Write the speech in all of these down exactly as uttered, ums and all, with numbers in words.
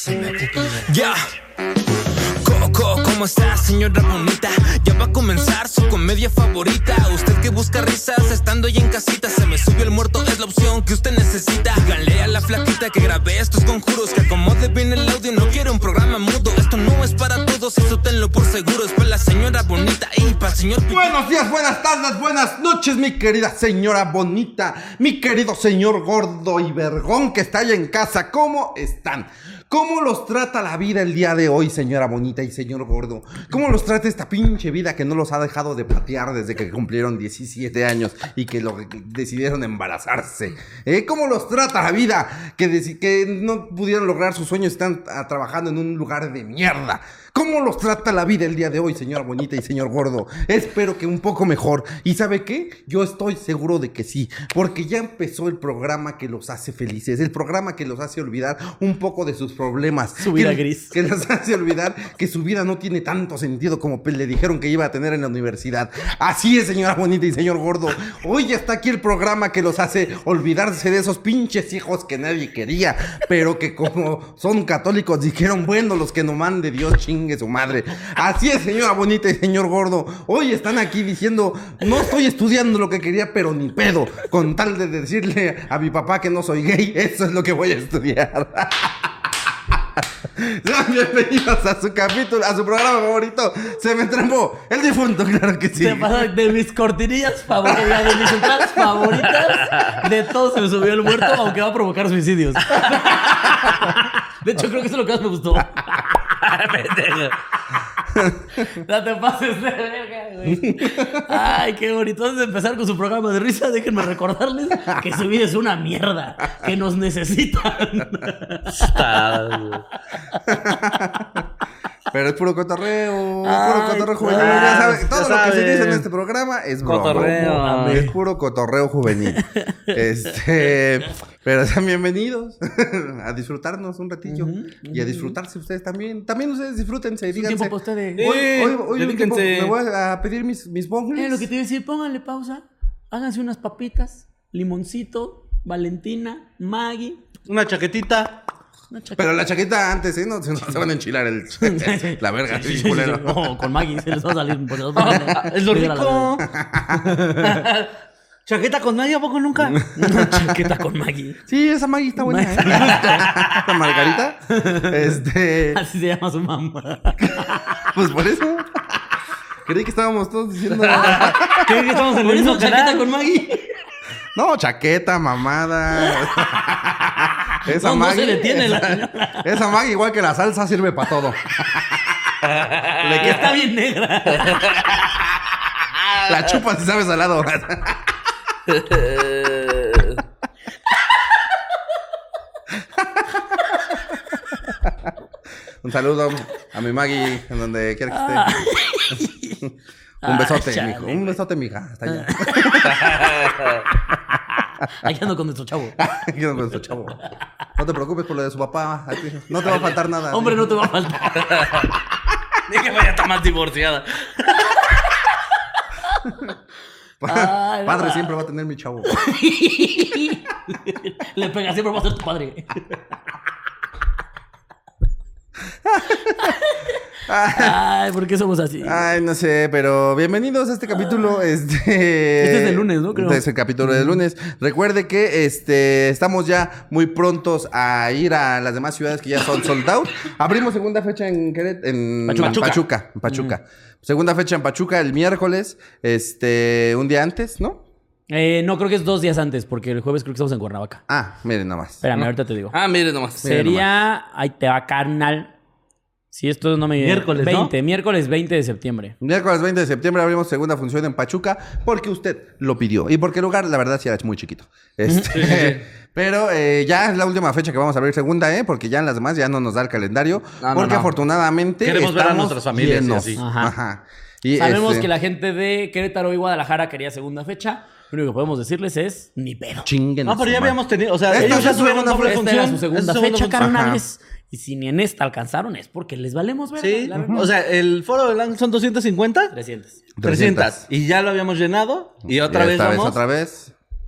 Ya. Coco, ¿cómo está, señora bonita? Ya va a comenzar su comedia favorita. Usted que busca risas estando ya en casita. Se me subió el muerto, es la opción que usted necesita. Díganle a la flaquita que grabé estos conjuros, que acomode bien el audio, no quiero un programa mudo. Esto no es para todos, eso tenlo por seguro. Es para la señora bonita y para el señor... Buenos días, buenas tardes, buenas noches, mi querida señora bonita, mi querido señor gordo y vergón que está allá en casa. ¿Cómo están? ¿Cómo los trata la vida el día de hoy, señora bonita y señor gordo? ¿Cómo los trata esta pinche vida que no los ha dejado de patear desde que cumplieron diecisiete años y que lo, decidieron embarazarse? ¿Eh? ¿Cómo los trata la vida que, dec- que no pudieron lograr sus sueños y están a, trabajando en un lugar de mierda? ¿Cómo los trata la vida el día de hoy, señora bonita y señor gordo? Espero que un poco mejor. ¿Y sabe qué? Yo estoy seguro de que sí, porque ya empezó el programa que los hace felices, el programa que los hace olvidar un poco de sus problemas. Su vida que, gris. Que los hace olvidar que su vida no tiene tanto sentido como le dijeron que iba a tener en la universidad. Así es, señora bonita y señor gordo. Hoy ya está aquí el programa que los hace olvidarse de esos pinches hijos que nadie quería, pero que como son católicos dijeron, bueno, los que no mande Dios, chingue su madre. Así es, señora bonita y señor gordo. Hoy están aquí diciendo, no estoy estudiando lo que quería, pero ni pedo, con tal de decirle a mi papá que no soy gay, eso es lo que voy a estudiar. Sean bienvenidos a su capítulo, a su programa favorito. Se me trempó el difunto, claro que sí. Se pasa de mis cortinillas favoritas, de mis entradas favoritas. De todo se me subió el muerto, aunque va a provocar suicidios. De hecho, creo que eso es lo que más me gustó. No te pases de verga, güey. Ay, qué bonito. Antes de empezar con su programa de risa, déjenme recordarles que su vida es una mierda, que nos necesitan. Pero es puro cotorreo, Ay, puro cotorreo juvenil. claro, Ya saben, todo ya lo que se sabes. dice en este programa es broma. Cotorreo. Es puro cotorreo juvenil. Este, pero sean bienvenidos a disfrutarnos un ratillo Uh-huh, y a disfrutarse ustedes también. También ustedes disfrútense, Es un díganse. tiempo para ustedes. Sí. Hoy, hoy, hoy un tiempo dedíquense. me voy a pedir mis, mis bongles. Eh, lo que te iba a decir, pónganle pausa, háganse unas papitas, limoncito, Valentina, Maggie, Una chaquetita. una chaqueta. Pero la chaqueta antes, ¿eh? No, no se van a enchilar el, la verga, sí, culero. No, con Maggie se les va a salir. Pues, les va a salir. Es lo Dígala la rico. Chaqueta con nadie, ¿a poco nunca? verdad. Una chaqueta con Maggie. Sí, esa Maggie está buena, ¿eh? Esta margarita. Este, Así se llama su mamá. pues por eso. Creí que estábamos todos diciendo. ¿Qué que estamos en Por el eso mismo chaqueta canal? con Maggie. No, chaqueta, mamada. Esa No, no Maggie. se detiene esa, la señora. esa Maggie, igual que la salsa, sirve para todo. Le Que está bien negra. La chupa si sabe salado. Un saludo a mi Maggie, en donde quiera que esté. Un besote, Ah, mijo. chale. Un besote, mija. Hasta allá. Aquí ando con nuestro chavo. Aquí no con su chavo. No te preocupes por lo de su papá. Aquí no te va a faltar nada. Hombre, no te va a faltar. Ni que vaya a estar más divorciada. Ay, Padre no. siempre va a tener mi chavo. Le pega, siempre va a ser tu padre. Ay, ¿por qué somos así? Ay, no sé, pero bienvenidos a este capítulo. Este, Este es de lunes, ¿no? Creo. Este es el capítulo de lunes. Recuerde que este estamos ya muy prontos a ir a las demás ciudades que ya son sold out. Abrimos segunda fecha en Queret- en Pachuca. Pachuca. en Pachuca. Segunda fecha en Pachuca el miércoles, este, un día antes, ¿no? Eh, no, creo que es dos días antes, porque el jueves creo que estamos en Cuernavaca. Ah, miren nada más. Espérame, ahorita te digo. Ah, mire nomás. mira Sería... Ahí te va, carnal. Si esto no me... Miércoles, ¿no? veinte, miércoles veinte de septiembre. Miércoles veinte de septiembre abrimos segunda función en Pachuca porque usted lo pidió y porque el lugar, la verdad, sí era muy chiquito. Este, pero eh, ya es la última fecha que vamos a abrir segunda, ¿eh? Porque ya en las demás ya no nos da el calendario. No, no, porque no. afortunadamente Queremos ver a estamos nuestras familias y llenos. así. Ajá. Ajá. Y, Sabemos este, que la gente de Querétaro y Guadalajara quería segunda fecha. Lo único que podemos decirles es ni pedo. chinguen No, a pero su ya madre. habíamos tenido, o sea, Esta ellos es ya su tuvieron segunda doble Esta función. era su segunda Es su fecha, función. carnales. Y si ni en esta alcanzaron es porque les valemos ver. Sí, o sea, el foro del ángel son doscientos cincuenta. trescientos. trescientos. Y ya lo habíamos llenado. Y otra Y vez esta vamos. otra vez.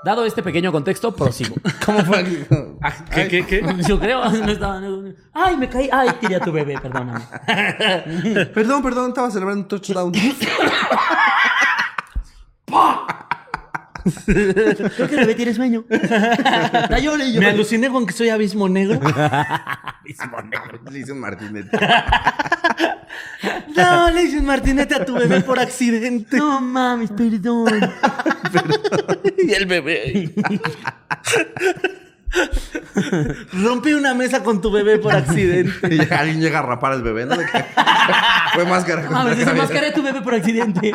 Dado este pequeño contexto, prosigo. ¿Cómo fue? ¿Qué, qué, qué? Yo creo. No estaba... Ay, me caí. Ay, tiré a tu bebé, perdóname. Perdón, perdón, estaba celebrando un touchdown. Creo que el bebé tiene sueño. Dayole, yo. Me aluciné con que soy abismo negro. Le hice un martinete. No, le hice un martinete a tu bebé por accidente. No mames, perdón. Y el bebé. Rompí una mesa con tu bebé por accidente. Y alguien llega a rapar al bebé, ¿no? De que fue máscara. No mames, desenmascaré a tu bebé por accidente.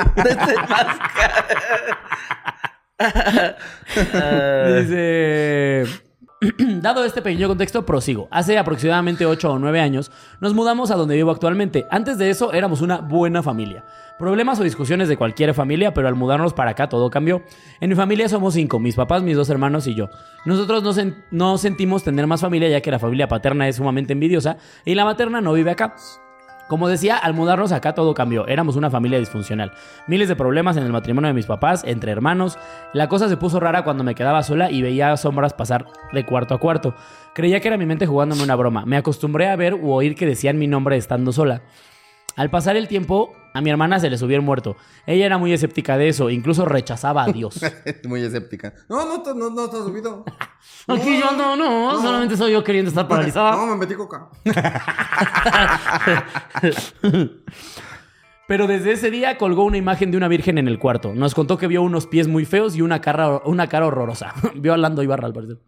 Dice... Dado este pequeño contexto, prosigo. Hace aproximadamente ocho o nueve años nos mudamos a donde vivo actualmente. Antes de eso éramos una buena familia. Problemas o discusiones de cualquier familia, pero al mudarnos para acá todo cambió. En mi familia somos cinco, mis papás, mis dos hermanos y yo. Nosotros no, sen- no sentimos tener más familia, ya que la familia paterna es sumamente envidiosa y la materna no vive acá. Como decía, al mudarnos acá todo cambió. Éramos una familia disfuncional. Miles de problemas en el matrimonio de mis papás, entre hermanos. La cosa se puso rara cuando me quedaba sola y veía sombras pasar de cuarto a cuarto. Creía que era mi mente jugándome una broma. Me acostumbré a ver u oír que decían mi nombre estando sola. Al pasar el tiempo, a mi hermana se le subió el muerto. Ella era muy escéptica de eso, incluso rechazaba a Dios. Muy escéptica. No, no, no, no está subido. Aquí yo no, no, no, solamente soy yo queriendo estar paralizada. No, me metí coca. Pero desde ese día colgó una imagen de una virgen en el cuarto. Nos contó que vio unos pies muy feos y una cara, una cara horrorosa. Vio a Lando Ibarra, al parecer.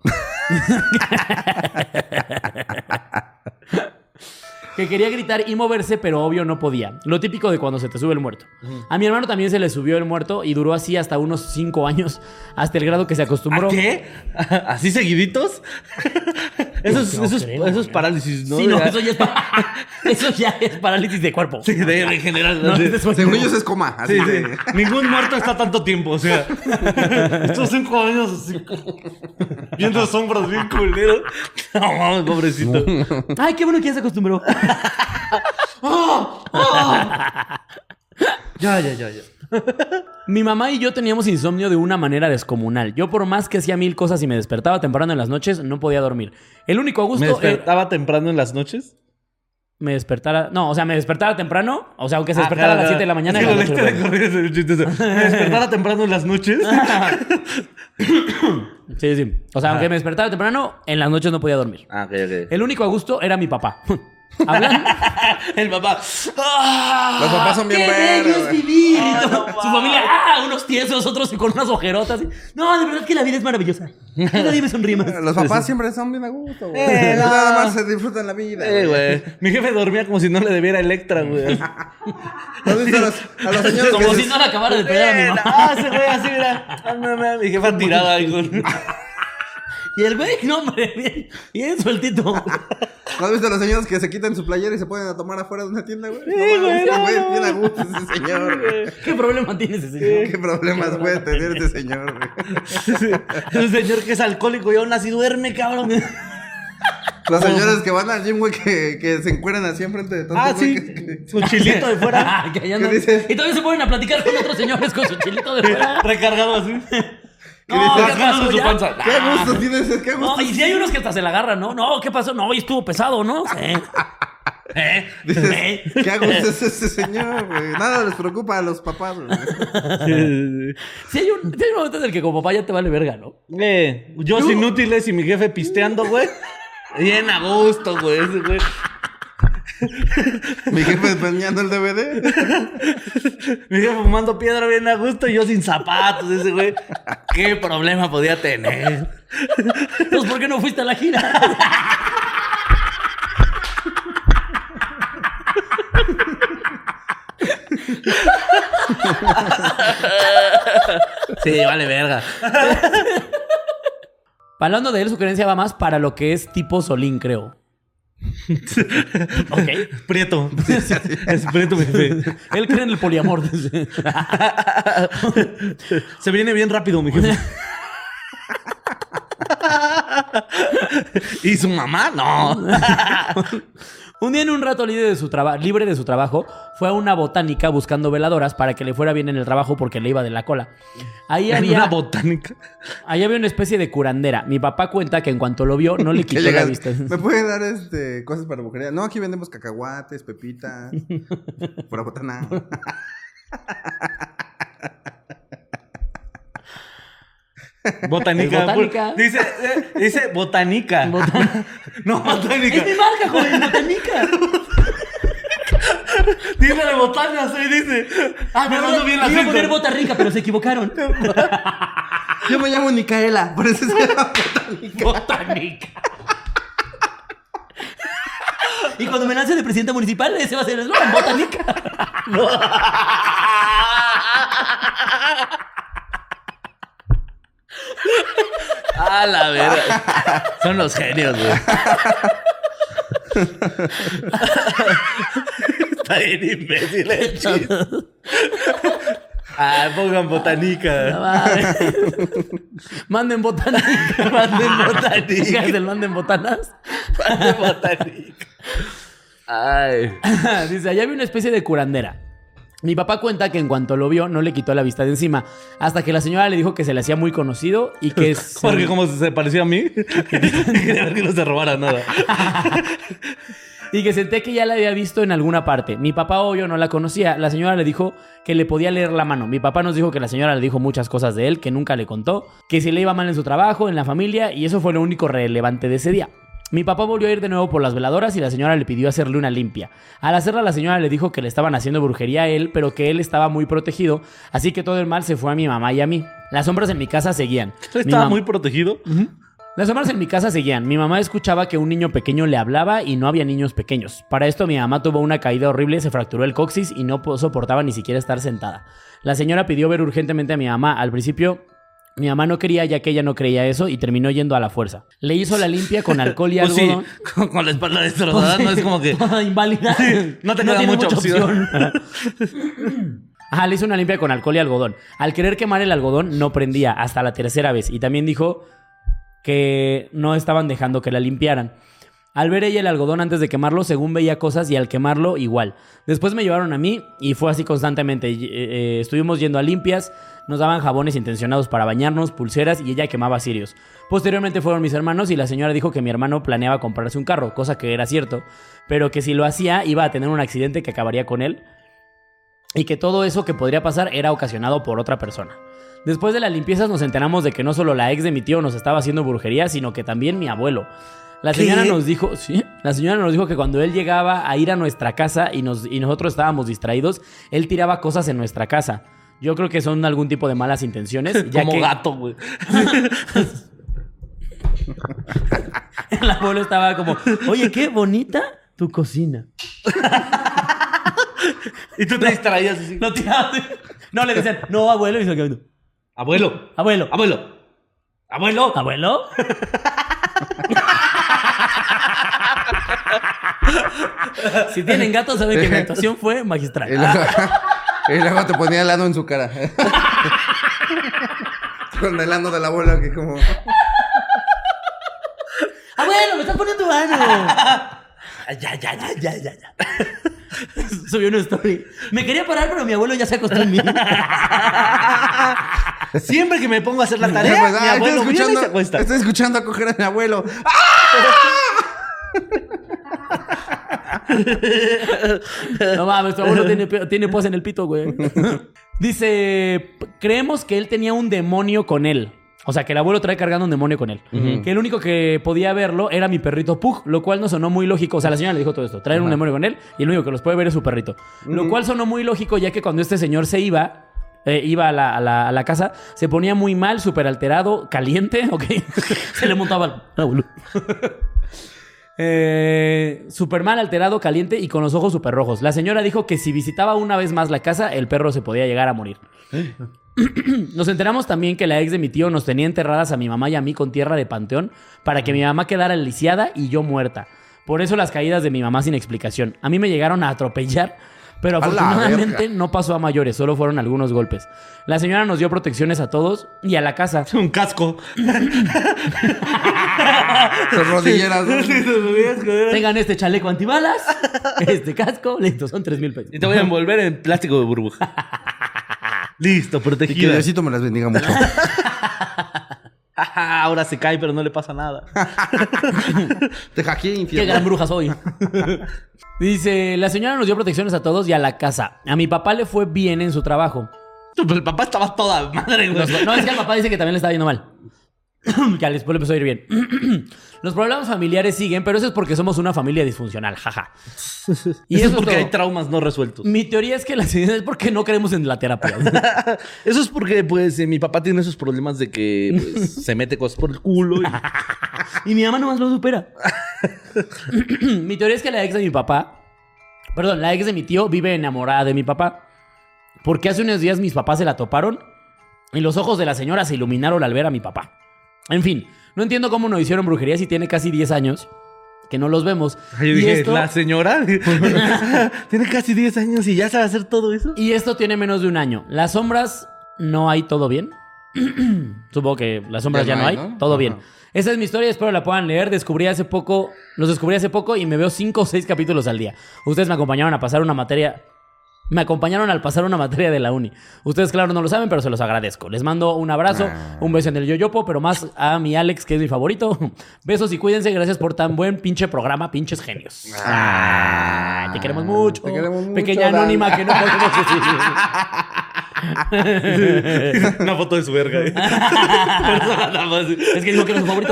Que quería gritar y moverse, pero obvio no podía. Lo típico de cuando se te sube el muerto. A mi hermano también se le subió el muerto y duró así hasta unos cinco años, hasta el grado que se acostumbró. ¿A qué? ¿Así seguiditos? Eso es, No eso es, creo, eso es güey. parálisis, ¿no? Sí, no, Ya. eso ya es, pa- eso ya es parálisis de cuerpo. Sí, de en general. No, sí. es de sueño. Según ellos es coma. Así Sí, sí. de... Ningún muerto está tanto tiempo, o sea. Estos cinco años así. Viendo sombras bien culeros. No mames, pobrecito. Ay, qué bueno que ya se acostumbró. Ya, ya, ya, ya. Mi mamá y yo teníamos insomnio de una manera descomunal. Yo por más que hacía mil cosas y me despertaba temprano en las noches, no podía dormir. El único gusto... ¿Me era- despertaba temprano en las noches? me despertara... No, o sea, me despertara temprano. O sea, aunque se Ah, despertara claro, a las siete de la claro. mañana... Es que en lo la noche leíste lo de corrido, es chistoso. Me despertara temprano en las noches. Sí, sí. O sea, aunque me despertara temprano, en las noches no podía dormir. Ah, ok, ok. El único a gusto era mi papá. Hablando... El papá. Los papás son bien ¡Qué bello buenos. es vivir! Ah, Y todo. no, Su familia, ¡ah! Unos tiesos, otros con unas ojerotas. No, de verdad que la vida es maravillosa. Nadie me sonríe más. Los papás siempre son bien a gusto, güey. Eh, no. Nada más se disfrutan la vida. Eh, güey. Mi jefe dormía como si no le debiera Electra, güey. ¿No has visto a los, a los señores Como que si se- no le acabara de pegar a mi mamá. Ah, ese güey así, mira. Ah, no, no. Mi jefa tirada ahí con... Y el güey, no, hombre, bien, bien sueltito. ¿No has visto a los señores que se quitan su playera y se ponen a tomar afuera de una tienda, güey? Sí, No güey, mames, no, güey, no. bien a gusto ese señor, güey. ¿Qué problema tiene ese señor? ¿Qué problemas puede tener ese señor, güey? El señor que es alcohólico y aún así duerme, cabrón. Los señores que van al gym, güey, que, que se encueran así enfrente de tantos, Ah, güey, sí. que- que- Su chilito de fuera. Ah, que allá ¿Qué no- dices? Y todavía se ponen a platicar con otros señores con su chilito de fuera. Recargado así. No, dices? ¿qué Las manos pasó en su ya? panza. ¿Qué gusto tienes? ¿Qué gusto? No, y si hay unos que hasta se la agarran, ¿no? No, ¿qué pasó? No, hoy estuvo pesado, ¿no? Sí. ¿Eh? Dices, ¿Eh? ¿qué a gusto es ese señor, güey? Nada les preocupa a los papás, güey. Sí, hay un, sí hay un momento en el que como papá ya te vale verga, ¿no? Eh, yo sin inútiles y mi jefe pisteando, güey. Bien a gusto, güey. Ese güey. Mi jefe empeñando el D V D. Mi jefe fumando piedra bien a gusto y yo sin zapatos. Ese güey. ¿Qué problema podía tener? Entonces, ¿por qué no fuiste a la gira? Sí, vale verga. Hablando de él, su creencia va más para lo que es tipo Solín, creo. Ok. Prieto. Es prieto, mi jefe. Él cree en el poliamor. Se viene bien rápido, mi jefe. ¿Y su mamá? No. Un día en un rato libre de, su traba- libre de su trabajo, fue a una botánica buscando veladoras para que le fuera bien en el trabajo porque le iba de la cola. Ahí En había, una botánica. ahí había una especie de curandera. Mi papá cuenta que en cuanto lo vio, no le Que quitó la llegas, vista. ¿me pueden dar este, cosas para brujería? No, aquí vendemos cacahuates, pepitas, pura botana. Botánica. Es botánica. Dice, eh, dice botánica. Botan- No, botánica. ¡Es mi marca, joven! ¡Botánica! Dígale botana, sí, dice. Ah, me mando bien la Le iba a poner cinta. bota rica, pero se equivocaron. Yo me llamo Micaela, por eso se llama botánica. Botánica. Y cuando me lance de presidenta municipal, ese va a ser el eslogan, Botánica. Ah, la verga. Son los genios, güey. Está bien imbécil el chiste. Ah, pongan botánica. Madre. Manden botánica. Manden botánica. ¿Del manden botanas? Manden botánica. Ay. Dice, allá había una especie de curandera. Mi papá cuenta que en cuanto lo vio, no le quitó la vista de encima. Hasta que la señora le dijo que se le hacía muy conocido y que... se- Porque como se parecía a mí, quería ver que no se robara nada. Y que senté que ya la había visto en alguna parte. Mi papá, obvio, no la conocía. La señora le dijo que le podía leer la mano. Mi papá nos dijo que la señora le dijo muchas cosas de él, que nunca le contó, que si le iba mal en su trabajo, en la familia, y eso fue lo único relevante de ese día. Mi papá volvió a ir de nuevo por las veladoras y la señora le pidió hacerle una limpia. Al hacerla, la señora le dijo que le estaban haciendo brujería a él, pero que él estaba muy protegido, así que todo el mal se fue a mi mamá y a mí. Las sombras en mi casa seguían. Mi Estaba mam- muy protegido. Las sombras en mi casa seguían. Mi mamá escuchaba que un niño pequeño le hablaba y no había niños pequeños. Para esto mi mamá tuvo una caída horrible, se fracturó el coxis y no po- soportaba ni siquiera estar sentada. La señora pidió ver urgentemente a mi mamá. Al principio mi mamá no quería, ya que ella no creía eso, y terminó yendo a la fuerza. Le hizo la limpia con alcohol y Pues sí, algodón. con, con la espalda destrozada, no es como que... Toda inválida. no te queda tiene mucha opción. Ajá, le hizo una limpia con alcohol y algodón. Al querer quemar el algodón, no prendía hasta la tercera vez. Y también dijo que no estaban dejando que la limpiaran. Al ver ella el algodón antes de quemarlo, según veía cosas, y al quemarlo igual. Después me llevaron a mí y fue así constantemente. Eh, eh, estuvimos yendo a limpias, nos daban jabones intencionados para bañarnos, pulseras, y ella quemaba cirios. Posteriormente fueron mis hermanos y la señora dijo que mi hermano planeaba comprarse un carro, cosa que era cierto, pero que si lo hacía iba a tener un accidente que acabaría con él, y que todo eso que podría pasar era ocasionado por otra persona. Después de las limpiezas nos enteramos de que no solo la ex de mi tío nos estaba haciendo brujería, sino que también mi abuelo. La señora ¿Qué? nos dijo, sí, la señora nos dijo que cuando él llegaba a ir a nuestra casa y, nos, y nosotros estábamos distraídos, él tiraba cosas en nuestra casa. Yo creo que son algún tipo de malas intenciones. Ya como que gato, güey. el abuelo estaba como, oye, qué bonita tu cocina. Y tú te distraías así. Lo tiraba. No, le decían, no, abuelo, y se quedó, Abuelo. abuelo, Abuelo. Abuelo. abuelo. Si tienen gatos, saben que mi actuación fue magistral. Y luego, y luego te ponía el ano en su cara. Con el ano del abuelo que como... ¡Abuelo, me estás poniendo tu mano! Ya, ya, ya, ya, ya, ya. Subió una story. Me quería parar, pero mi abuelo ya se acostó en mí. Siempre que me pongo a hacer la tarea, Pues, mi ah, abuelo estoy viene y se escuchando, acuesta. estoy escuchando a coger a mi abuelo. No mames, tu abuelo tiene, tiene pos en el pito, güey. Dice, creemos que él tenía un demonio con él. O sea, que el abuelo trae cargando un demonio con él. Uh-huh. Que el único que podía verlo era mi perrito Pug, lo cual no sonó muy lógico. O sea, la señora le dijo todo esto. Traer uh-huh. un demonio con él y el único que los puede ver es su perrito. Uh-huh. Lo cual sonó muy lógico, ya que cuando este señor se iba... Eh, iba a la, a, la, a la casa, se ponía muy mal, súper alterado, caliente, ok. Se le montaba al abuelo. eh, súper mal, alterado, caliente y con los ojos súper rojos. La señora dijo que si visitaba una vez más la casa, el perro se podía llegar a morir. Nos enteramos también que la ex de mi tío nos tenía enterradas a mi mamá y a mí con tierra de panteón para que mi mamá quedara lisiada y yo muerta. Por eso las caídas de mi mamá sin explicación. A mí me llegaron a atropellar Pero A la afortunadamente verga. no pasó a mayores, solo fueron algunos golpes. La señora nos dio protecciones a todos y a la casa. Un casco. Sus rodilleras. ¿no? Sí, sus rodillas, joder. Tengan este chaleco antibalas, este casco, listo, son tres mil pesos. Y te voy a envolver en plástico de burbuja. Listo, Y que protegida. Diosito me las bendiga mucho. Ajá, ahora se cae, pero no le pasa nada. Te hackeé, Qué infierno. gran bruja soy. Dice, la señora nos dio protecciones a todos y a la casa. A mi papá le fue bien en su trabajo. Pero el papá estaba toda madre, güey. Los- no, es que el papá dice que también le estaba yendo mal. Que al después le empezó a ir bien. Los problemas familiares siguen, pero eso es porque somos una familia disfuncional, jaja. Y Eso eso es porque todo. hay traumas no resueltos. Mi teoría es que la señora es porque no creemos en la terapia. Eso es porque, pues, eh, mi papá tiene esos problemas de que pues, se mete cosas por el culo. Y... Y mi mamá nomás lo supera. Mi teoría es que la ex de mi papá, perdón, la ex de mi tío vive enamorada de mi papá. Porque hace unos días mis papás se la toparon y los ojos de la señora se iluminaron al ver a mi papá. En fin, no entiendo cómo nos hicieron brujería si tiene casi diez años que no los vemos. Yo y, dije, esto, la señora tiene casi diez años y ya sabe hacer todo eso. y esto tiene menos de un año. Las sombras, no hay todo bien. Supongo que las sombras ya, Ya no no hay, hay, ¿no? todo Ajá. bien. Esa es mi historia, espero la puedan leer. Descubrí hace poco, los descubrí hace poco y me veo cinco o seis capítulos al día. Ustedes me acompañaron a pasar una materia, me acompañaron al pasar una materia de la uni. Ustedes, claro, no lo saben, pero se los agradezco. Les mando un abrazo, un beso en el yoyopo, pero más a mi Alex, que es mi favorito. Besos y cuídense, gracias por tan buen pinche programa, pinches genios. Ah, te queremos mucho. Te queremos mucho, Pequeña Dan. anónima que no podemos decir. Una foto de su verga. ¿eh? Por eso nada más. Es que dijo que era su favorito.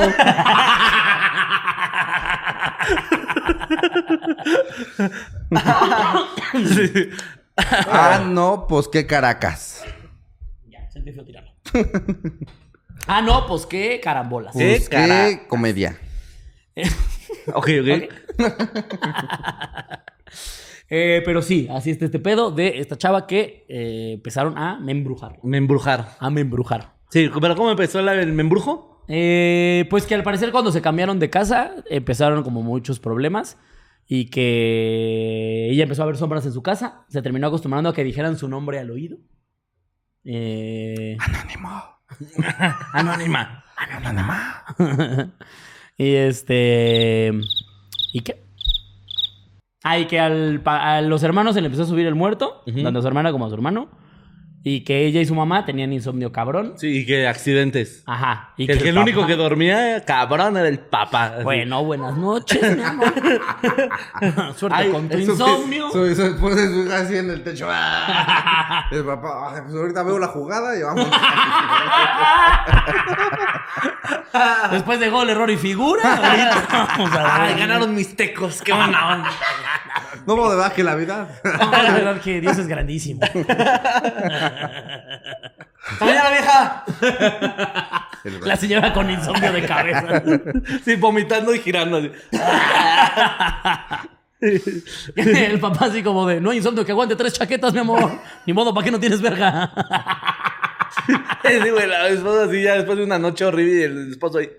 Sí. Ah, no, pues qué Caracas. Ya, sentí feo tirarlo. Ah, no, pues qué carambolas. ¿Qué? Pues cara- qué comedia. Ok, ok. Eh, pero sí, así está este pedo de esta chava que eh, empezaron a me embrujar. Me embrujar. A me embrujar. Sí, pero ¿cómo empezó la- el me embrujo? Eh, pues que al parecer cuando se cambiaron de casa empezaron como muchos problemas y que ella empezó a ver sombras en su casa. Se terminó acostumbrando a que dijeran su nombre al oído. Eh... Anónimo. Anónima. Anónima. Y este... ¿Y qué? Ah, y que al, pa- a los hermanos se le empezó a subir el muerto, Ujú. tanto a su hermana como a su hermano. Y que ella y su mamá tenían insomnio cabrón. Sí, y que accidentes. Ajá. Y que el, que el papá- único que dormía, cabrón, era el papá. Así. Bueno, buenas noches, mi amor. Suerte Ay, con tu Eso insomnio. que- Su, su esposa y su hija así en el techo. ¡Ah! El papá, "Ay, pues ahorita veo la jugada y vamos. Después de gol, error y figura. Ahorita vamos a ver. Ay, ganaron mis tecos, qué buena onda. No me de baje la vida. La verdad que Dios es grandísimo. ¡Hasta mañana, vieja! La señora con insomnio de cabeza. Sí, vomitando y girando así. El papá así como de, no hay insomnio que aguante tres chaquetas, mi amor. Ni modo, ¿para qué no tienes verga? Sí, güey, la esposa así ya después de una noche horrible y el esposo ahí.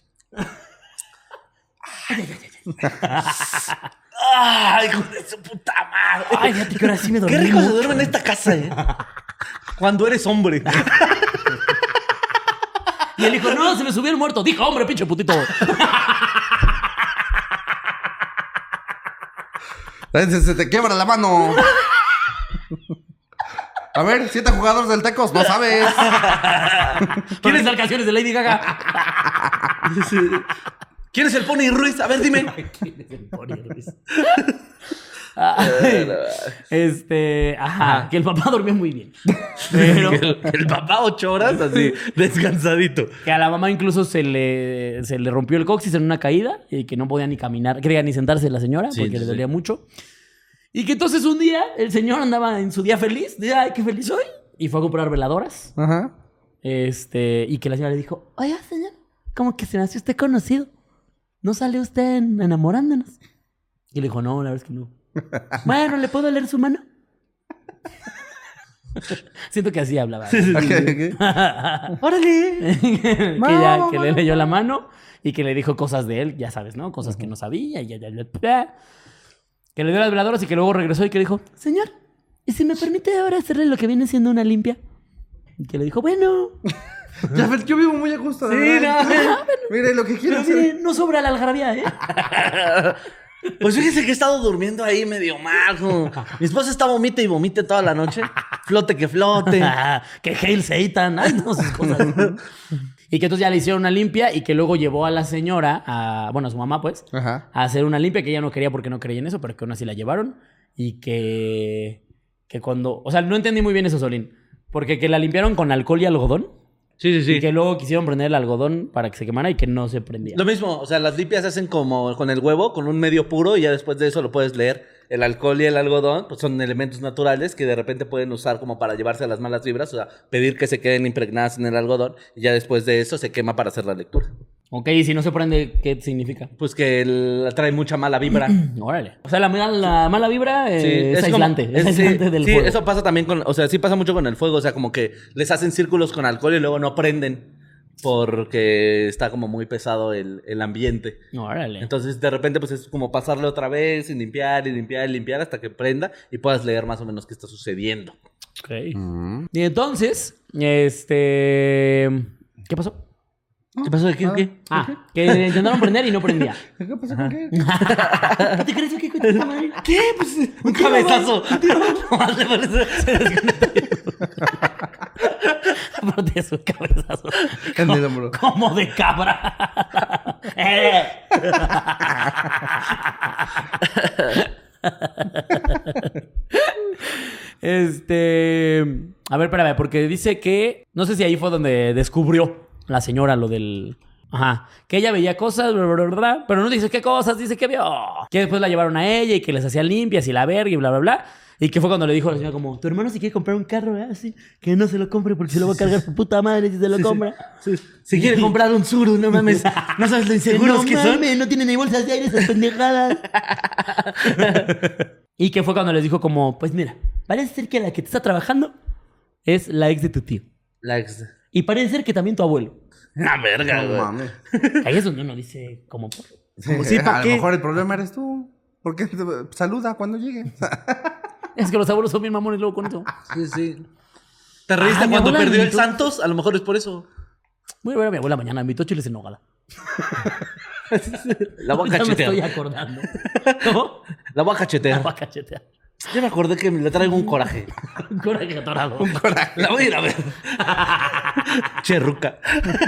¡Ay, hijo de su puta madre! Ay, fíjate que ahora sí me dormí ¡Qué rico se mucho. duerme en esta casa, eh! Cuando eres hombre. Y él dijo, no, se me subió el muerto. Dijo, hombre, pinche putito. Se, se te quiebra la mano. A ver, siete jugadores del Tecos, no sabes. ¿Quieres dar canciones de Lady Gaga? ¿Quién es el Pony Ruiz? A ver, dime. ¿Quién es el Pony Ruiz? Ay, este, ajá, que el papá dormía muy bien. Pero Que el, que el papá ocho horas así, descansadito. que a la mamá incluso se le, se le rompió el coxis en una caída y que no podía ni caminar, quería ni sentarse la señora Sí, porque sí, le sí. dolía mucho. Y que entonces un día el señor andaba en su día feliz, de ay, qué feliz soy, y fue a comprar veladoras. Ajá. Este, y que la señora le dijo, oiga, señor, como que se me hace usted conocido. ¿No sale usted en enamorándonos? Y le dijo, no, la verdad es que no. Bueno, ¿le puedo leer su mano? Siento que así hablaba. ¿no? Ok, ok. ¡Órale! que Vamos, ya, que vamos. le leyó la mano y que le dijo cosas de él, ya sabes, ¿no? Cosas que no sabía y ya, ya, ya, ya. Que le dio las veladoras y que luego regresó y que dijo, señor, ¿y si me permite ahora hacerle lo que viene siendo una limpia? Y que le dijo, bueno. Ya, pero yo vivo muy a gusto. Sí, ¿verdad? no. Mire, mire, lo que quiero Pero hacer. mire, no sobra la algarabía, ¿eh? Pues fíjese que he estado durmiendo ahí medio mal. como- Mi esposa está vomite y vomite toda la noche. Flote que flote. que Hail Satan. Ay, no, sus cosas. Y que entonces ya le hicieron una limpia y que luego llevó a la señora, a, bueno, a su mamá, pues, Ajá. a hacer una limpia que ella no quería porque no creía en eso, pero que aún así la llevaron. Y que, que cuando... O sea, no entendí muy bien eso, Solín. Porque que la limpiaron con alcohol y algodón. Sí, sí, sí. Y que luego quisieron prender el algodón para que se quemara y que no se prendía. Lo mismo, o sea, las limpias se hacen como con el huevo, con un medio puro, y ya después de eso lo puedes leer. El alcohol y el algodón, pues son elementos naturales que de repente pueden usar como para llevarse a las malas vibras, o sea, pedir que se queden impregnadas en el algodón, y ya después de eso se quema para hacer la lectura. Ok, y si no se prende, ¿qué significa? Pues que el- trae mucha mala vibra. Órale. O sea, la, mala- la mala vibra eh, Sí, es, como- aislante. Es, es- sí, aislante del sí, fuego. eso pasa también con, o sea, sí pasa mucho con el fuego, o sea, como que les hacen círculos con alcohol y luego no prenden porque está como muy pesado el, el ambiente. Órale. Entonces, de repente, pues es como pasarle otra vez y limpiar y limpiar y limpiar hasta que prenda y puedas leer más o menos qué está sucediendo. Ok. Y entonces, este... ¿Qué pasó? ¿Qué pasó de qué? ¿Qué? Ah, que intentaron prender y no prendía. ¿Qué pasó con qué? ¿Qué te crees que qué esta madre? ¿Qué? Pues un cabezazo. Nomás le parece- se desconecta. Pero tienes un cabezazo. En el hombro. Como de cabra. Eh. Este. A ver, espérame, porque dice que. No sé si ahí fue donde descubrió la señora lo del. Ajá. Que ella veía cosas, bla, bla, bla, bla, pero no dice qué cosas, dice que vio. Que después la llevaron a ella y que les hacía limpias y la verga y bla, bla, bla. Y que fue cuando le dijo a la señora como, tu hermano si quiere comprar un carro, ¿eh? Así, que no se lo compre porque se lo va a cargar su puta madre si se lo compra. Si quiere comprar un Zuru, no mames. No sabes lo inseguros no que son. mames, no tiene ni bolsas de aire esas pendejadas. Y que fue cuando les dijo como, pues mira, parece ser que la que te está trabajando es la ex de tu tío. La ex. Y parece ser que también tu abuelo. La verga, No güey. mames. Ahí es donde uno dice como... por- Como sí, ¿pa' a qué? lo mejor el problema eres tú. Porque te- saluda cuando llegue. Es que los abuelos son bien mamones luego con eso. Sí, sí. ¿Te reíste Ah, mi cuando abuela perdió me el invitó. Santos? A lo mejor es por eso. Voy a ver a mi abuela mañana, me invitó chiles en nogala. La voy a Ya me estoy cachetear. acordando. ¿Cómo? La voy a La cachetear. voy a cachetear. Ya me acordé que le traigo un coraje. Un coraje atorado. La voy a ir a ver. Cherruca.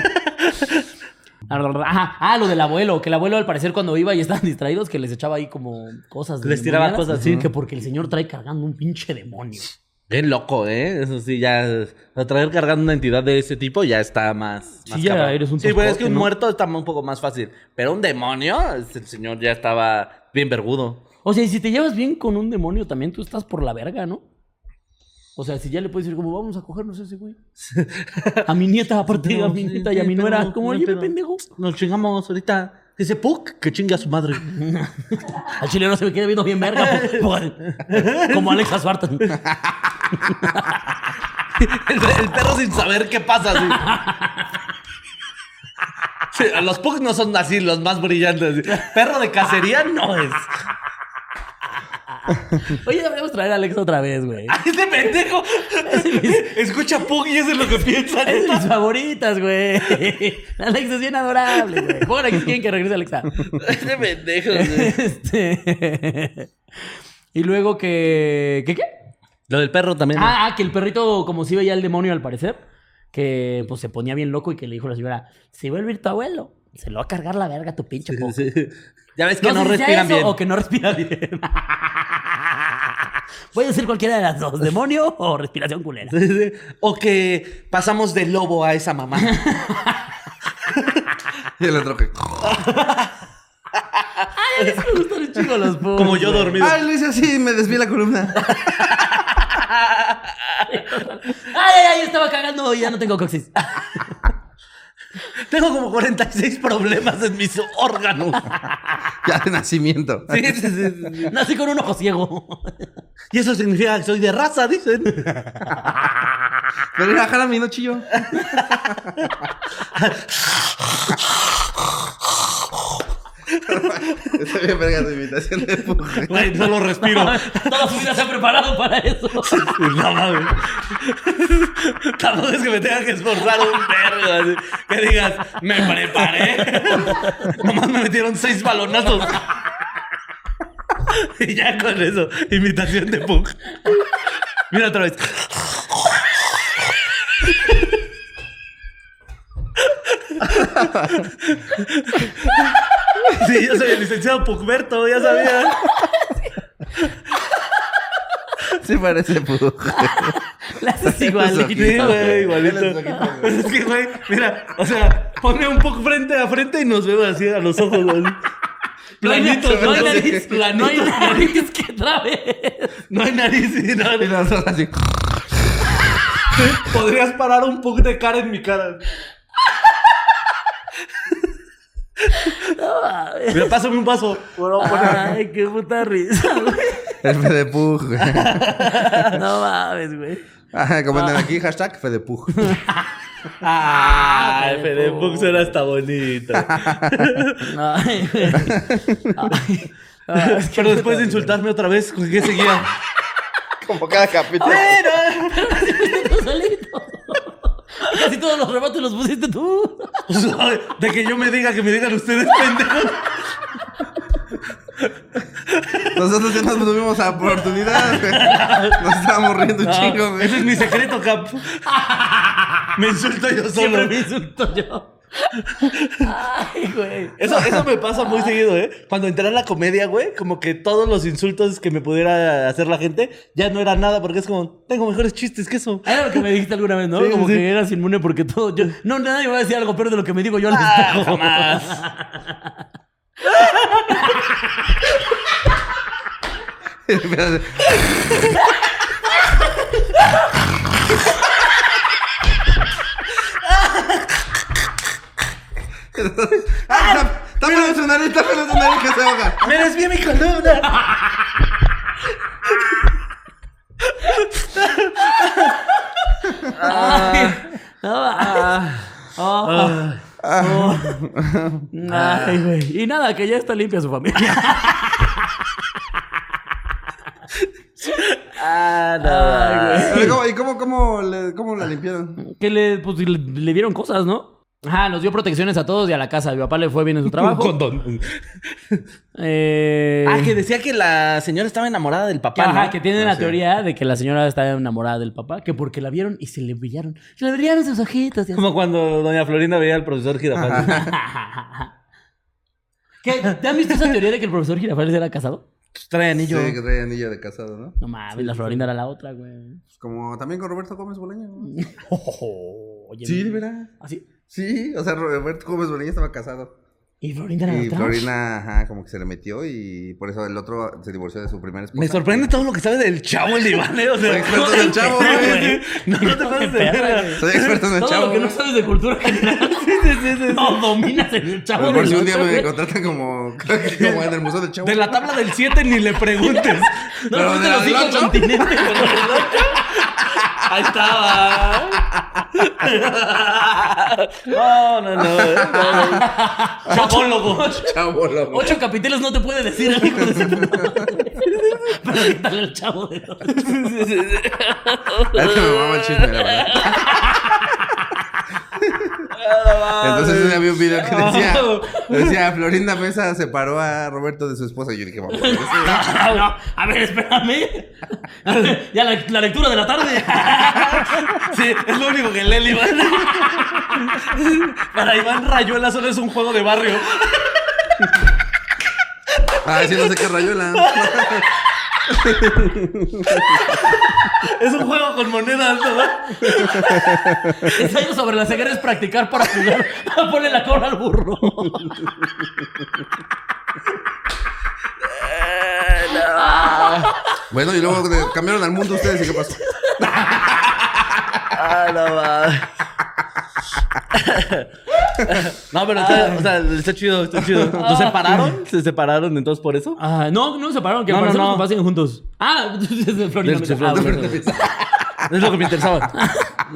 Ajá, ah, lo del abuelo, que el abuelo al parecer cuando iba y estaban distraídos, que les echaba ahí como cosas. Les tiraba demoniadas. cosas, sí. Que porque el señor trae cargando un pinche demonio. Bien loco, ¿eh? Eso sí, ya. A traer cargando una entidad de ese tipo ya está más. Sí, más ya cabrón. eres un Sí, pues es que toscote, un ¿no? muerto está un poco más fácil. Pero un demonio, el señor ya estaba bien vergudo. O sea, y si te llevas bien con un demonio, también tú estás por la verga, ¿no? O sea, si ya le puedes decir como, vamos a cogernos a ese güey. A mi nieta, aparte, a mi Sí, nieta y a sí, mi pero nuera. no, Como, no, oye, pero- pendejo. Nos chingamos ahorita. Dice Puck, que chingue a su madre. Al chileno se me queda viendo bien verga. por- por- como Alexa Swarton. El, el perro sin saber qué pasa. Así. Sí, los Pugs no son así los más brillantes. Así. Perro de cacería no es. Oye, deberíamos traer a Alexa otra vez, güey. ¡Ay, ese pendejo! Escucha Pug y eso es lo que piensa. Es de mis favoritas, güey. Alexa es bien adorable, güey. Pongan aquí si quieren que regrese Alexa. Ese pendejo. güey. Este... Y luego que... ¿Qué qué? Lo del perro también. ¿no? Ah, ah, que el perrito, como si veía al demonio al parecer, que pues se ponía bien loco y que le dijo a la señora, si vuelve a ir tu abuelo, se lo va a cargar la verga a tu pinche poco. Sí, sí. Ya ves que no, sé si sea respiran eso bien. O que no respira bien. Puede ser cualquiera de las dos, demonio o respiración culera. Sí, sí. O que pasamos de lobo a esa mamá. Y el otro que. Ay, eso me gustan un chingo los pugs, Como yo güey. dormido. Ay, lo hice así y me desvié la columna. Ay, ay, ay, estaba cagando y ya no tengo coxis. Tengo como cuarenta y seis problemas en mis órganos. Ya de nacimiento. Sí, sí, sí, sí, sí. Nací con un ojo ciego. Y eso significa que soy de raza, dicen. Pero mira, jala mi no chillo. Está bien verga tu imitación de Pug. Güey, solo respiro. Toda su vida se ha preparado para eso. No mames. Tampoco es que me tenga que esforzar un vergo. Así, que digas, me preparé. Nomás me metieron seis balonazos. Y ya con eso, imitación de Pug. Mira otra vez. Sí, yo soy el licenciado Pugberto, ya sabía. Sí parece Pug. La haces igualito. Sí, güey, igualito. Pero es que, güey, mira, o sea, pone un Pug frente a frente y nos vemos así a los ojos, güey. No hay, Planitos, no hay ¿no? nariz, Planitos. no hay nariz que trabe. No hay nariz y nada. Y nosotros así. Podrías parar un Pug de cara en mi cara. Mira, pásame un vaso. Bueno, Ay, qué puta risa, güey. El Fede Pug, güey. No mames, güey. Ajá, comenten aquí, hashtag Fede Pug. Ah, el Fede Pug suena hasta bonito. Ay, güey. Ay. Ay, es que Pero después de insultarme otra vez, ¿con qué seguía? Como cada capítulo. tú solito. Casi todos los remates los pusiste tú. De que yo me diga, que me digan ustedes, pendejos. Nosotros ya nos tuvimos a oportunidad, güey. Nos estábamos riendo un No, chingo, güey. ese es mi secreto, Cap. Me insulto yo Siempre solo. me insulto yo. Ay, güey. Eso, eso me pasa muy seguido, ¿eh? Cuando entré a la comedia, güey, como que todos los insultos que me pudiera hacer la gente ya no eran nada, porque es como, tengo mejores chistes que eso. Era lo que me dijiste alguna vez, ¿no? Sí, Como sí. que eras inmune porque todo. Yo, no, nadie va a decir algo peor de lo que me digo yo al Ah, espejo. jamás. Espérate. ¡Ah! ¡Tápale su nariz! ¡Tápale su nariz que se ahoga! ¡Me desvié mi columna! Ay, no, ah, oh, oh. Ay, güey. Y nada, que ya está limpia su familia. Ah, no. Ay, güey. Pero ¿cómo- ¿Y cómo, cómo, le- cómo la limpiaron? Que le, pues, le, le dieron cosas, ¿no? Ajá, nos dio protecciones a todos y a la casa. Mi papá le fue bien en su trabajo. Un condón. Eh... Ah, que decía que la señora estaba enamorada del Que, papá, ajá, ¿no? que tienen la sí. teoría de que la señora está enamorada del papá, que porque la vieron y se le brillaron. Se le brillaron sus ojitos. Y así. Como cuando doña Florinda veía al profesor Girafales. ¿Qué? ¿Te han visto esa teoría de que el profesor Girafales era casado? Trae anillo. Sí, que trae anillo de casado, ¿no? No mames, la Florinda era la otra, güey. Pues como también con Roberto Gómez Bolaño, ¿no? Oye, Sí, de ¿no? verdad. ¿Así? Sí, o sea, Roberto Gómez Bolaño estaba casado. ¿Y Florinda era la Y otra? Florina, ajá, como que se le metió y por eso el otro se divorció de su primera esposa. Me sorprende todo lo que sabe del chavo el Iván, ¿eh? O sea, Soy experto en el chavo, Sí, güey. No, no te pases de Qué verga. perra, güey. Soy experto en el Todo chavo. lo que no sabes de cultura general. Sí, sí, sí, sí. No dominas en el chavo. A lo mejor del si un día ocho, me güey. contratan como, como en el Museo del Chavo. De la tabla del siete ni le preguntes. No, Pero no de de la los del cinco ocho. continentes. Ahí estaba. No, no, no. no. Chabólogo. Chavo, loco. Ocho capítulos no te puede decir el hijo de su puta madre. Pero qué tal el chavo de los... Es que me mama el chisme, la verdad. Entonces un día vi un video que decía, decía Florinda Mesa separó a Roberto de su esposa y yo dije, vamos, ¿eso? No, no, a ver, espérame. Ya la, la lectura de la tarde. Sí, es lo único que lee el Iván. Para Iván Rayuela solo es un juego de barrio. Ah, sí, no sé qué rayuela. Es un juego con monedas, ¿no? Ensayo sobre la ceguera es practicar para jugar. Ponle la cola al burro. Bueno, y luego de- cambiaron al mundo ustedes y qué pasó. Ah, no va. No, pero está, o sea, está chido, está chido. ¿Nos separaron? ¿Se separaron entonces por eso? Ah, no, no se separaron, que No, al no, parecer no. los papás siguen juntos. Ah, desde Florida. Desde Ah, Florida. ok, ok. Es lo que me interesaba.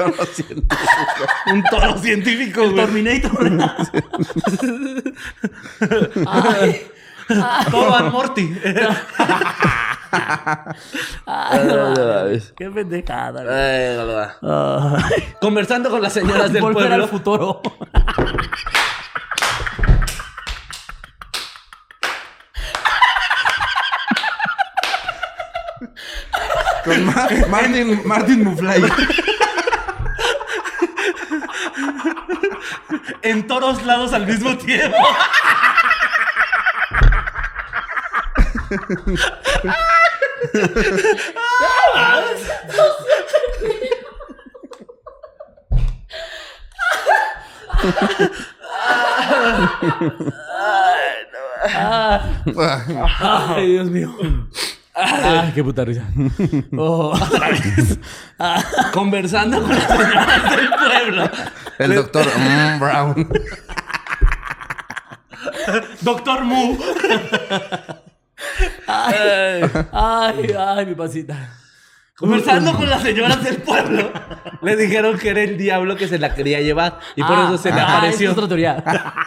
toro científico. Un toro científico, El güey. Terminator. Ay. Toro and Morty. Ay, no Ay, no mames. mames. Qué pendejada, güey. Ay, no, no. Ay. Conversando con las señoras del Volver pueblo. al futuro. Con Ma- Martin, Martin Muflay. En todos lados al mismo tiempo. Ay, Dios mío. Ay, qué puta risa. Oh. Conversando con las señoras del pueblo. El doctor mm, Brown. Doctor Mu. Ay, ay, ay, mi pasita. Conversando con las señoras del pueblo, le dijeron que era el diablo que se la quería llevar. Y por Ah, eso se le ah, apareció. esa es otra teoría.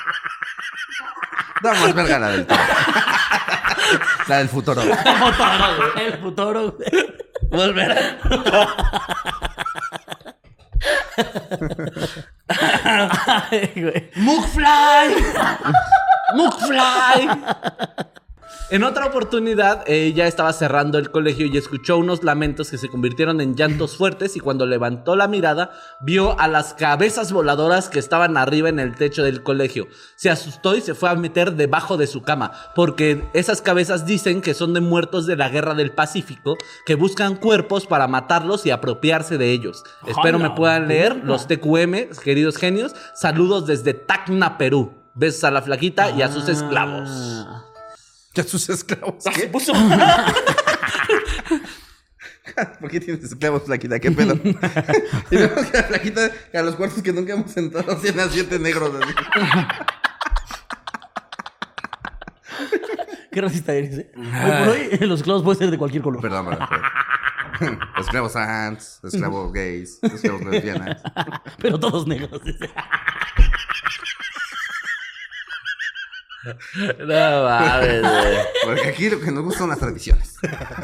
Da más verga la del toro. La del futuro. El futuro. Volver. Ay, güey. ¡Mugfly! ¡Mugfly! En otra oportunidad, ella estaba cerrando el colegio y escuchó unos lamentos que se convirtieron en llantos fuertes, y cuando levantó la mirada, vio a las cabezas voladoras que estaban arriba en el techo del colegio. Se asustó y se fue a meter debajo de su cama, porque esas cabezas dicen que son de muertos de la Guerra del Pacífico, que buscan cuerpos para matarlos y apropiarse de ellos. Espero me puedan leer los T Q M, queridos genios. Saludos desde Tacna, Perú. Besos a la flaquita y a sus esclavos. Ya sus esclavos. Se ¿Qué? puso- ¿Por qué tienes esclavos, flaquita? ¿Qué pedo? Y vemos que la flaquita, que a los cuartos que nunca hemos entrado, tiene a siete negros. Así. Qué racista eres, ¿eh? Hoy por hoy, los esclavos pueden ser de cualquier color. Perdón, perdón. perdón. Esclavos trans, esclavos gays, esclavos lesbianas. Pero todos negros. dice. No mames, güey. Porque aquí lo que nos gustan son las tradiciones.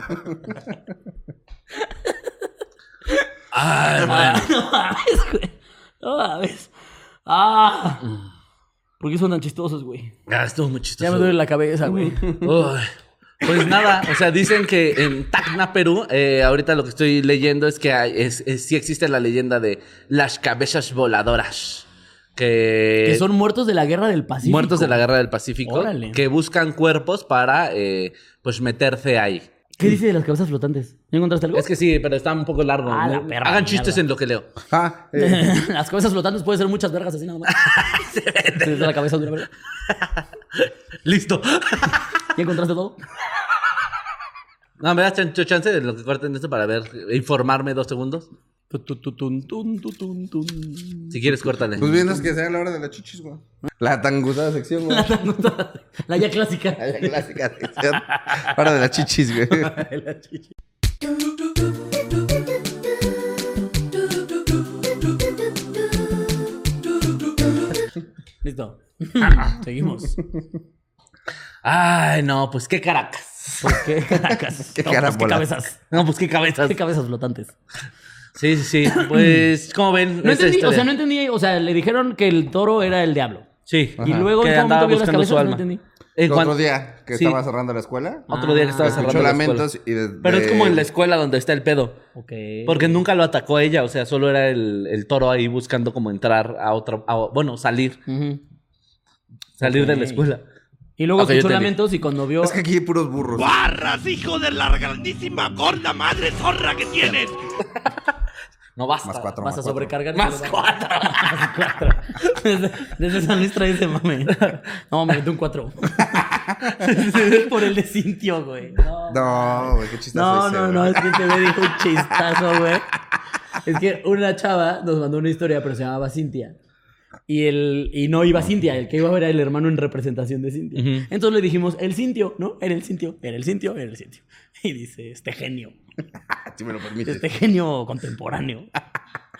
Ay, Ah, no mames, güey. No mames. Ah. ¿Por qué son tan chistosos, güey? Ah, estuvo muy chistoso. Ya me duele la cabeza, güey. Uy. Pues nada, o sea, dicen que en Tacna, Perú, eh, ahorita lo que estoy leyendo es que hay, es, es- sí existe la leyenda de las cabezas voladoras. Que, Que son muertos de la guerra del Pacífico. muertos de la Guerra del Pacífico. Órale. Que buscan cuerpos para, eh, pues, meterse ahí. ¿Qué dice de las cabezas flotantes? ¿Ya encontraste algo? Es que sí, pero está un poco largo. Ah, la ¿no? perra Hagan mierda. chistes en lo que leo. Ah, eh, Las cabezas flotantes pueden ser muchas vergas así nada más. Desde la cabeza de una verga. Listo. ¿Ya encontraste todo? No, me das chan- chance de lo que corten esto para ver, informarme dos segundos. Tu, tu, tu, tun, tun, tu, tun, tun. Si quieres, córtale. pues vienes que sea la hora de la chichis, güey. La tan gustada sección, güey. La ya clásica. La clásica sección. Hora de la chichis, güey. La chichi. Listo. Seguimos. Ay, no, pues qué Caracas. ¿Por qué Caracas? Qué No, pues, carambola. qué cabezas. No, pues qué cabezas. Qué cabezas flotantes. Sí, sí, sí. Pues, ¿cómo ven No esta entendí, historia? o sea, no entendí. O sea, le dijeron que el toro era el diablo. Sí. Y luego, ¿en Que qué andaba momento vio las buscando su cabezas? No alma. entendí. En Otro cuan- día que Sí. estaba cerrando la escuela. Otro día que estaba Ah, cerrando Escuchó la escuela. lamentos y de, Pero es de- como en la escuela donde está el pedo. Ok. Porque nunca lo atacó ella, o sea, solo era el, el toro ahí buscando como entrar a otro, a- bueno, salir, Ujú. salir de Ok. la escuela. Y luego Ok, yo escuchó entendí. lamentos y cuando vio... Es que aquí hay puros burros. ¡Barras, hijo de la grandísima gorda madre zorra que tienes! No basta. Más cuatro, Vas más a cuatro. sobrecargar. Más y- cuatro. Más cuatro. Desde, desde San Luis trae ese mame. No, me metí un cuatro. Por el de Cintio, güey. No, No, güey, qué chistazo no, ese, no, güey. no, es que te me dijo un chistazo, güey. Es que una chava nos mandó una historia, pero se llamaba Cintia. Y, el, y no iba Cintia, el que iba a ver era el hermano en representación de Cintia. Ujú. Entonces le dijimos, el Cintio, ¿no? Era el Cintio, era el Cintio, era el Cintio. Y dice, este genio, Si me lo permites. este genio contemporáneo.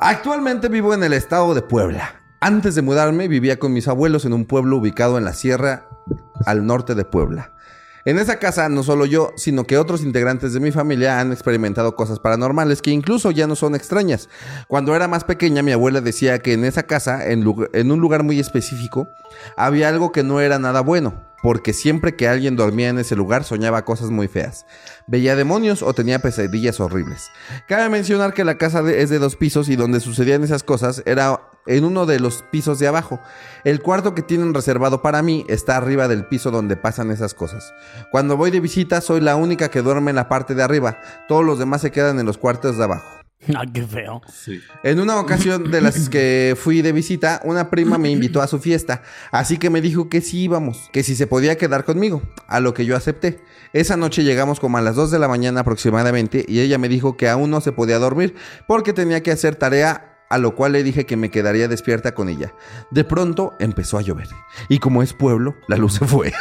Actualmente vivo en el estado de Puebla. Antes de mudarme vivía con mis abuelos en un pueblo ubicado en la sierra al norte de Puebla. En esa casa no solo yo, sino que otros integrantes de mi familia han experimentado cosas paranormales que incluso ya no son extrañas. Cuando era más pequeña, mi abuela decía que en esa casa, en, lugar, en un lugar muy específico, había algo que no era nada bueno, porque siempre que alguien dormía en ese lugar soñaba cosas muy feas. Veía demonios o tenía pesadillas horribles. Cabe mencionar que la casa de, es de dos pisos y donde sucedían esas cosas era en uno de los pisos de abajo. El cuarto que tienen reservado para mí está arriba del piso donde pasan esas cosas. Cuando voy de visita soy la única que duerme en la parte de arriba. Todos los demás se quedan en los cuartos de abajo. Ah, qué feo. Sí. En una ocasión de las que fui de visita, una prima me invitó a su fiesta, así que me dijo que sí íbamos, que si se podía quedar conmigo, a lo que yo acepté. Esa noche llegamos como a las dos de la mañana aproximadamente y ella me dijo que aún no se podía dormir porque tenía que hacer tarea, a lo cual le dije que me quedaría despierta con ella. De pronto empezó a llover y como es pueblo, la luz se fue.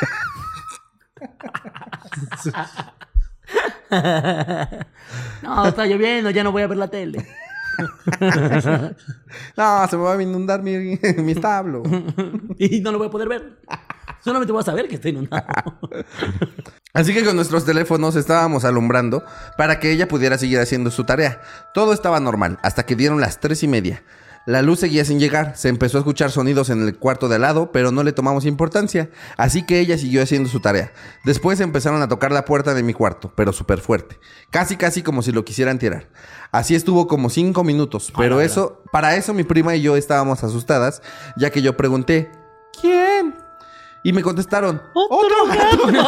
No, está lloviendo, ya no voy a ver la tele. No, se me va a inundar mi, mi establo. Y no lo voy a poder ver. Solamente voy a saber que está inundado. Así que con nuestros teléfonos estábamos alumbrando para que ella pudiera seguir haciendo su tarea. Todo estaba normal, hasta que dieron las tres y media. La luz seguía sin llegar, se empezó a escuchar sonidos en el cuarto de al lado, pero no le tomamos importancia, así que ella siguió haciendo su tarea. Después empezaron a tocar la puerta de mi cuarto, pero súper fuerte, casi casi como si lo quisieran tirar. Así estuvo como cinco minutos, pero ah, eso, para eso mi prima y yo estábamos asustadas, ya que yo pregunté, ¿quién? Y me contestaron, ¡otro gato!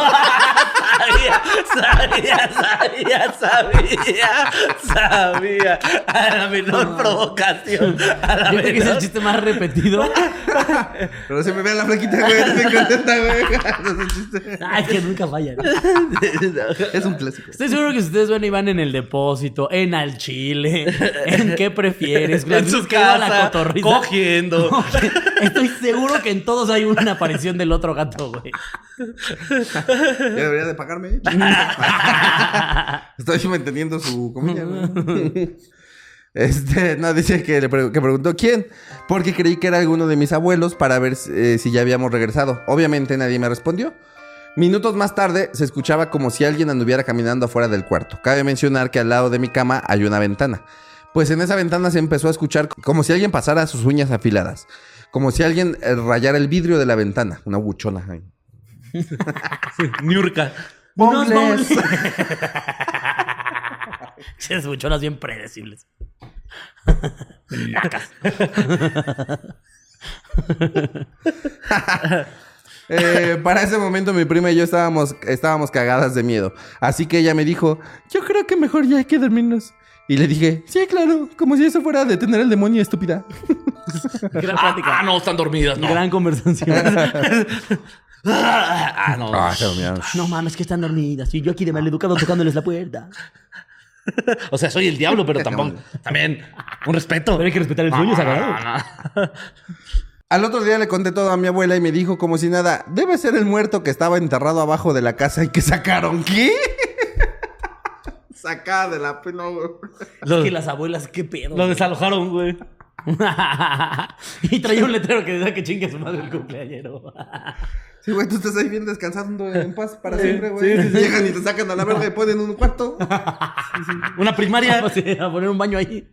Sabía, sabía, sabía, sabía. A la menor no. provocación. A la Yo menor... creo que es el chiste más repetido. Pero se me ve la flaquita, güey. Estoy contenta, güey. Ay, que nunca fallan. Es un clásico. Estoy seguro que si ustedes ven y van en el depósito, en al chile, en qué prefieres, en su casa, la cotorrisa, cogiendo. Estoy seguro que en todos hay una aparición del otro gato, güey. Ya debería de pagarme. Estoy manteniendo su comida, güey. Este, no, dice que, le pre- que preguntó quién, porque creí que era alguno de mis abuelos para ver eh, si ya habíamos regresado. Obviamente nadie me respondió. Minutos más tarde se escuchaba como si alguien anduviera caminando afuera del cuarto. Cabe mencionar que al lado de mi cama hay una ventana. Pues en esa ventana se empezó a escuchar como si alguien pasara sus uñas afiladas. Como si alguien eh, rayara el vidrio de la ventana. Una buchona. Ay. Niurka. ¡Boneless! Esas buchonas bien predecibles. eh, para ese momento mi prima y yo estábamos, estábamos cagadas de miedo. Así que ella me dijo, yo creo que mejor ya hay que dormirnos. Y le dije, sí, claro, como si eso fuera a detener al demonio, estúpida. Gran plática. Ah, no, están dormidas, no. Gran conversación. Ah, no. Ah, qué dormida. No mames, que están dormidas. Y yo aquí de maleducado tocándoles la puerta. O sea, soy el diablo, pero tampoco. También, un respeto. Pero hay que respetar el sueño, no, sagrado. no, no. Al otro día le conté todo a mi abuela y me dijo como si nada, debe ser el muerto que estaba enterrado abajo de la casa y que sacaron. ¿Qué? Sacada de la pena, güey. Es que las abuelas, qué pedo. Lo desalojaron, güey. Y traía un letrero que decía que chingue a su madre el cumpleañero. Sí, güey, tú estás ahí bien descansando en paz para siempre, güey. Sí, sí, sí. Llegan y te sacan a la verga y ponen un cuarto. Sí, sí. Una primaria. Vamos a poner un baño ahí.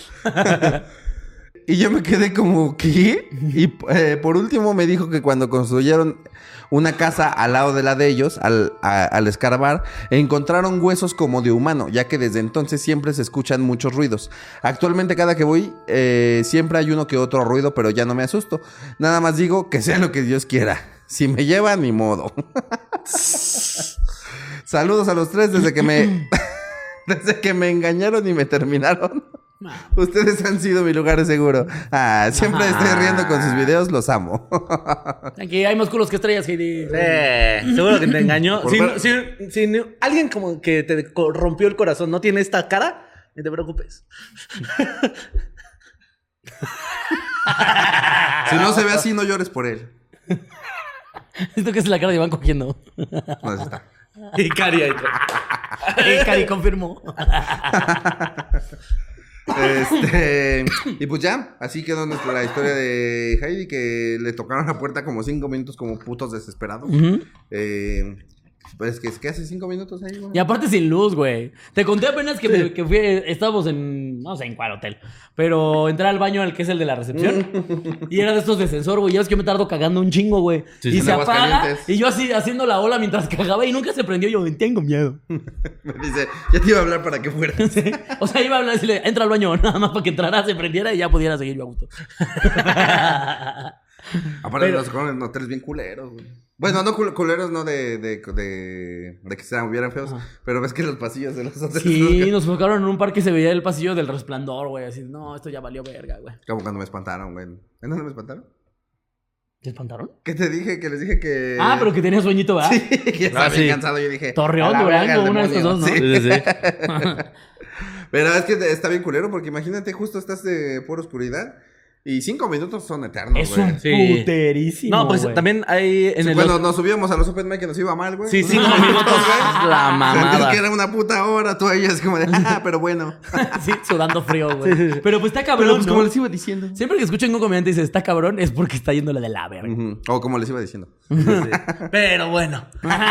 Y yo me quedé como, ¿qué? Y eh, por último me dijo que cuando construyeron una casa al lado de la de ellos, al, a, al escarbar, encontraron huesos como de humano, ya que desde entonces siempre se escuchan muchos ruidos. Actualmente cada que voy, eh, siempre hay uno que otro ruido, pero ya no me asusto. Nada más digo que sea lo que Dios quiera. Si me lleva, ni modo. Saludos a los tres desde que me... desde que me engañaron y me terminaron. Ustedes han sido mi lugar seguro. Ah, siempre estoy riendo con sus videos, los amo. Aquí hay más culos que estrellas, Heidi. Eh, seguro que te engañó. Por Si, ver- si- si ni- alguien como que te co- rompió el corazón no tiene esta cara, ni te preocupes. Si no se ve así, no llores por él. Esto que es la cara de Iván cogiendo. No, así está. Y Cari ahí. Eh, Cari confirmó. Este, y pues ya, así quedó nuestra la historia de Heidi, que le tocaron la puerta como cinco minutos como putos desesperados. Ujú. Eh, pues que, que hace cinco minutos ahí, güey. Y aparte sin luz, güey. Te conté apenas que, me- que fui, estábamos en, no sé en cuál hotel, pero entré al baño al que es el de la recepción y era de estos de sensor, güey. Ya ves que yo me tardo cagando un chingo, güey. Sí, y son se aguas apaga calientes. y yo así haciendo la ola mientras cagaba y nunca se prendió. Yo, tengo miedo. Me dice, ya te iba a hablar para que fueras. Sí. O sea, iba a hablar y decirle, entra al baño, nada más para que entrara, se prendiera y ya pudiera seguir yo a gusto. Aparte Pero- nos fueron en hoteles bien culeros, güey. Bueno, no cul- culeros, no de, de, de, de que se hubieran feos, Ajá. pero ves que los pasillos de los hoteles... Sí, nos enfocaron en un parque y se veía el pasillo del Resplandor, güey. Así, no, esto ya valió verga, güey. Como cuando me espantaron, güey. ¿En dónde me espantaron? ¿Te espantaron? ¿Qué te dije? Que les dije que... Ah, pero que tenía sueñito, ¿verdad? Sí, que ya estaba Ah, bien sí. cansado. Yo dije... Torreón, "A la verga, Durango, el uno de estos demonio". dos, ¿no? Sí. Sí, sí. Pero es que está bien culero porque imagínate, justo estás de pura oscuridad y cinco minutos son eternos, Es güey. un Sí. puterísimo, No, pues güey. también hay en Sí, el... cuando nos subíamos a los open mic que nos iba mal, güey. Sí, cinco minutos, güey. La Sentías mamada. que era una puta hora, tú ahí es como de, ah, pero bueno. Sí, sudando frío, güey. Pero pues está cabrón, Pero pues ¿no? como les iba diciendo. Siempre que escucho un comediante y dice, está cabrón, es porque está yéndole de la verga. Ujú. O como les iba diciendo. Pero bueno.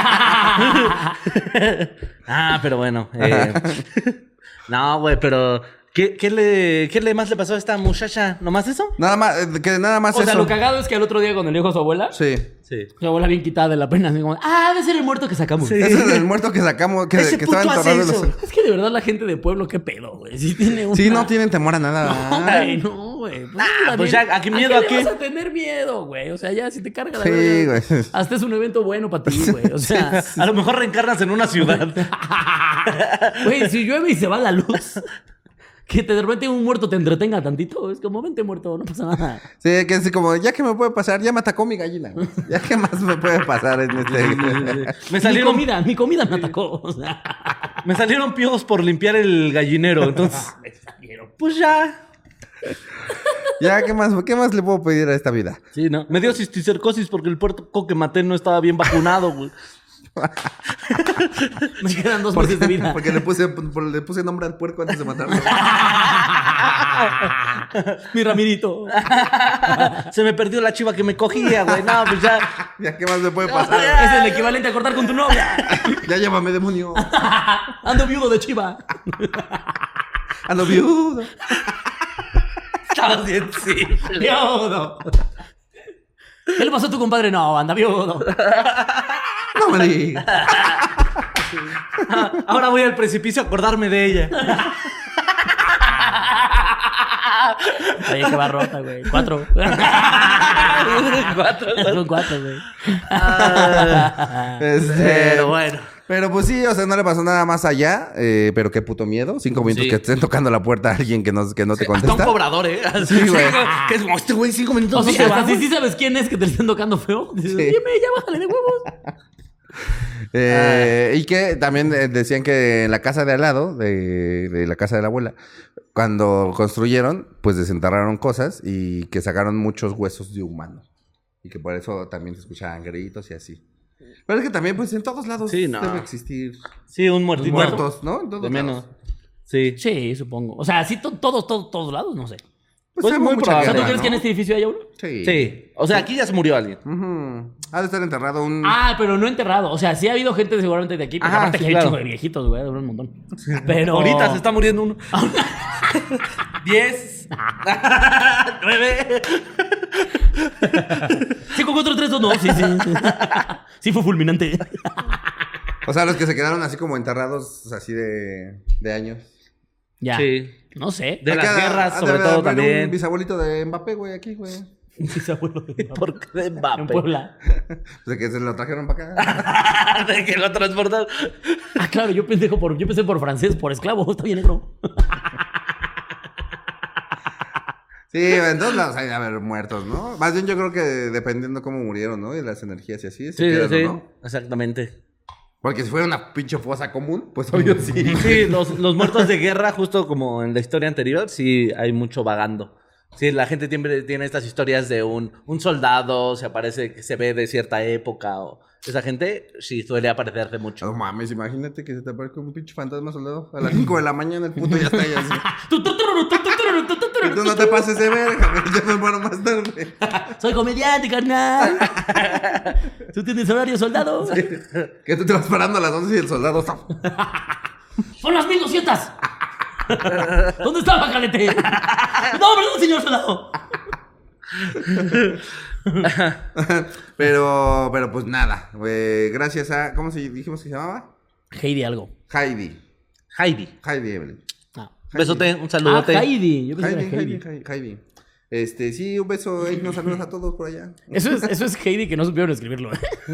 Ah, pero bueno. eh. No, güey, pero... ¿Qué, qué, le, ¿Qué le más le pasó a esta muchacha? ¿Nomás eso? Nada más, eh, que nada más O sea, eso. lo cagado es que al otro día cuando le dijo a su abuela, Sí. Sí. su abuela bien quitada de la pena, así como, ah, debe ser el muerto que sacamos. Sí. Ese es el muerto que sacamos, que, Ese que estaba puto hace enterrado en los... eso. Es que de verdad la gente de pueblo, qué pedo, güey. Sí tiene una... Sí, no tienen temor a nada. Ay, no, güey. Pues, Ah, pues también, ya, ¿a qué miedo, a le qué? vas a tener miedo, güey? O sea, ya, si te carga la Sí, verga, güey. hasta es un evento bueno para ti, güey. O sea, A lo mejor reencarnas en una ciudad. güey, si llueve y se va la luz, que te de repente un muerto te entretenga tantito, es como, vente muerto, no pasa nada. Sí, que es como, ya que me puede pasar, ya me atacó mi gallina. güey. Ya que más me puede pasar en este... Me Mi salieron, comida, mi comida me atacó. O sea, me salieron piojos por limpiar el gallinero. Entonces, me salieron. pues ya. Ya, ¿qué más, ¿qué más le puedo pedir a esta vida? Sí, ¿no? Me dio cisticercosis porque el puerco que maté no estaba bien vacunado, güey. Me quedan dos meses de vida. Porque le puse, por- le puse nombre al puerco antes de matarlo. Mi Ramirito. Se me perdió la chiva que me cogía, güey. No, pues ya. Ya, ¿qué más me puede pasar? Es el equivalente a cortar con tu novia. Ya llámame demonio. Ando viudo de chiva. Ando viudo. Estaba bien simple. Viudo. ¿Qué le pasó a tu compadre? No, anda viudo. No me digas. Ahora voy al precipicio a acordarme de ella. Oye, que va rota, güey. Cuatro. Cuatro. Son cuatro, güey. Este, Pero bueno. Pero pues sí, o sea, no le pasó nada más allá. eh, pero qué puto miedo. Cinco minutos Sí. que estén tocando la puerta a alguien que no, que no te Hasta un contesta. cobrador, ¿eh? Así, Sí, güey. Que es como, este güey cinco minutos O no sea, se va, hasta si güey. sí sabes quién es que te le están tocando feo. Dices, Sí. dime, ya bájale de huevos. Eh, y que también eh, decían que en la casa de al lado, de, de la casa de la abuela, cuando construyeron, pues desenterraron cosas y que sacaron muchos huesos de humanos. Y que por eso también se escuchaban gritos y así. Pero es que también, pues en todos lados Sí, no. debe existir Sí, un muertito. muertos, ¿no? En todos De menos. lados. Sí. Sí, supongo. O sea, sí, to- todos, todos, todos lados, no sé. Pues, Pues hubo muy mucha O sea, probable. ¿tú guerra, crees ¿no? que en este edificio haya uno? Sí. Sí. O sea, aquí ya se murió alguien. Ujú. Ha de estar enterrado un... Ah, pero no enterrado. O sea, sí ha habido gente seguramente de aquí. Porque Ajá, aparte sí, que hay claro. chingo de viejitos, güey. De un montón. Pero... Ahorita se está muriendo uno. Diez. Nueve. cinco, cuatro, tres, dos, no. Sí, sí. Sí fue fulminante. O sea, los que se quedaron así como enterrados así de, de años. Ya. Sí. No sé. De las Acá guerras, ha de sobre haber todo un también. bisabuelito de Mbappé, güey, aquí, güey. Bisabuelo de Mbappé. ¿Por qué de En Mbappé? Puebla. De que se lo trajeron para acá. De que lo transportaron. Ah, claro, yo pendejo por... Yo pensé por francés, por esclavo. Está bien negro. Sí, en todos lados hay de haber muertos, ¿no? Más bien yo creo que dependiendo cómo murieron, ¿no? Y las energías y así. se Sí, quedan, sí. ¿no? Exactamente. Porque si fuera una pinche fosa común, pues obvio sí. Sí, los, los muertos de guerra, justo como en la historia anterior, sí hay mucho vagando. Sí, la gente siempre tiene estas historias de un, un soldado, se aparece que se ve de cierta época o esa gente sí suele aparecerse mucho. No mames, imagínate que se te aparezca un pinche fantasma soldado. A las cinco de la mañana el puto ya está ahí así. Y tú no te pases de verga, güey. Ya me muero más tarde. Soy comediante, carnal. ¿Tú tienes horario, soldado? Sí. Que tú te vas parando a las once y el soldado está... ¡Son las mil doscientas! ¿Dónde estaba, Calete? No, perdón, señor soldado. pero, pero pues nada, güey. Gracias a... ¿Cómo se dijimos que se llamaba? Heidi algo. Heidi. Heidi. Heidi Evelyn. Ah. Besote, un Ah, saludote. Heidi. Yo pensé que Heidi, era Heidi, Heidi. Heidi, Heidi. Este, sí, un beso y unos saludos a todos por allá. Eso es, eso es Heidi que no supieron escribirlo.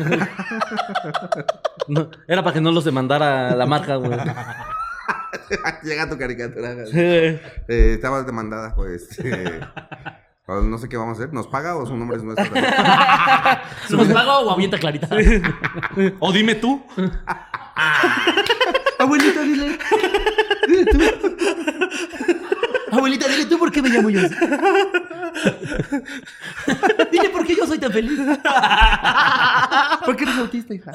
No, era para que no los demandara la marca, güey. Llega tu caricatura. güey. Sí. Eh, estaba demandada, pues. Eh, no sé qué vamos a hacer. ¿Nos paga o su nombre es nuestro? ¿Nos pago o avienta clarita? O dime tú. Abuelita, dile. Dile tú. Abuelita, dile tú por qué me llamo yo así. Dile por qué yo soy tan feliz. ¿Por qué eres autista, hija?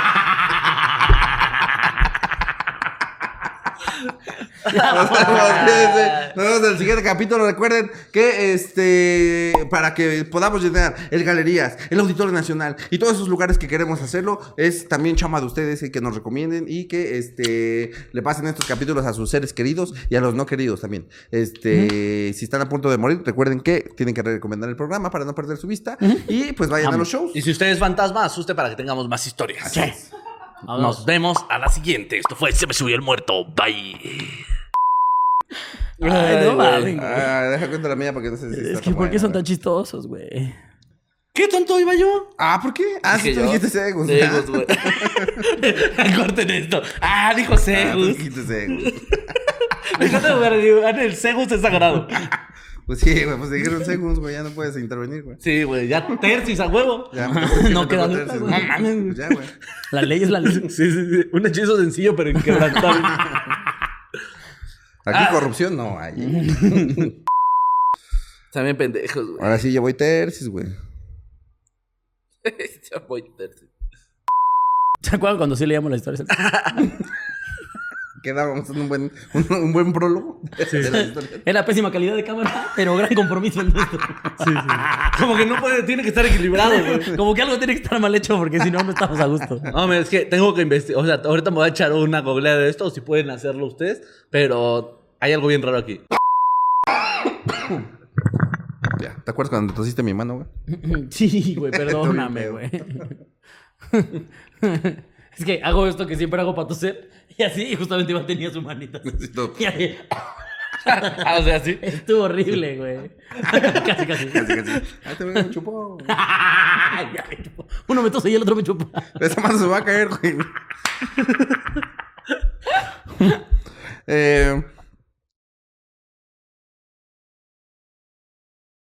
Nos vemos, nos vemos en el siguiente capítulo. Recuerden que este para que podamos llenar el Galerías, el Auditorio Nacional y todos esos lugares que queremos hacerlo, es también chamba de ustedes y que nos recomienden y que este le pasen estos capítulos a sus seres queridos y a los no queridos también. Este, uh-huh. Si están a punto de morir, recuerden que tienen que recomendar el programa para no perder su vista. Uh-huh. Y pues vayan Vamos. a los shows. Y si usted es fantasma, asuste para que tengamos más historias. Sí. Nos vemos a la siguiente. Esto fue Se me subió el muerto. Bye. Ay, no mames. Ah, deja cuenta la mía porque no sé si Es que ¿por qué son tan chistosos, güey? ¿Qué tonto iba yo? Ah, ¿por qué? Ah, sí, tú dijiste Segus. Segus, güey. Corten esto. Ah, dijo Segus. Ah, tú dijiste Segus. Déjate de ver, el Segus es sagrado. Pues sí, güey, pues dijeron Segus, güey, ya no puedes intervenir, güey. Sí, güey, ya tercis a huevo. Ya, pues, no queda duda, güey. No mames, pues ya, güey. La ley es la ley. Sí, sí, sí. Un hechizo sencillo, pero inquebrantable. Aquí ah. corrupción no hay. También pendejos, güey. Ahora sí, ya voy tercis, güey. Ya voy tercis. ¿Se acuerdan cuando sí leíamos la historia? Quedábamos en un buen, un, un buen prólogo. Sí, sí. Era pésima calidad de cámara, pero gran compromiso en nuestro. Sí, sí. Como que no puede, tiene que estar equilibrado, güey. Como que algo tiene que estar mal hecho porque si no, no estamos a gusto. No, es que tengo que investigar. O sea, ahorita me voy a echar una googleada de esto, o si pueden hacerlo ustedes, pero hay algo bien raro aquí. Ya, ¿te acuerdas cuando tosiste mi mano, güey? Sí, güey, perdóname, güey. Es que hago esto que siempre hago para toser. Y así, justamente Iván tenía su manita. Y así. Ah, o sea, sí. Estuvo horrible, güey. Casi, casi. Casi, casi. Ahí te me chupó. Uno me tose y el otro me chupa. Esa mano se va a caer, güey. eh...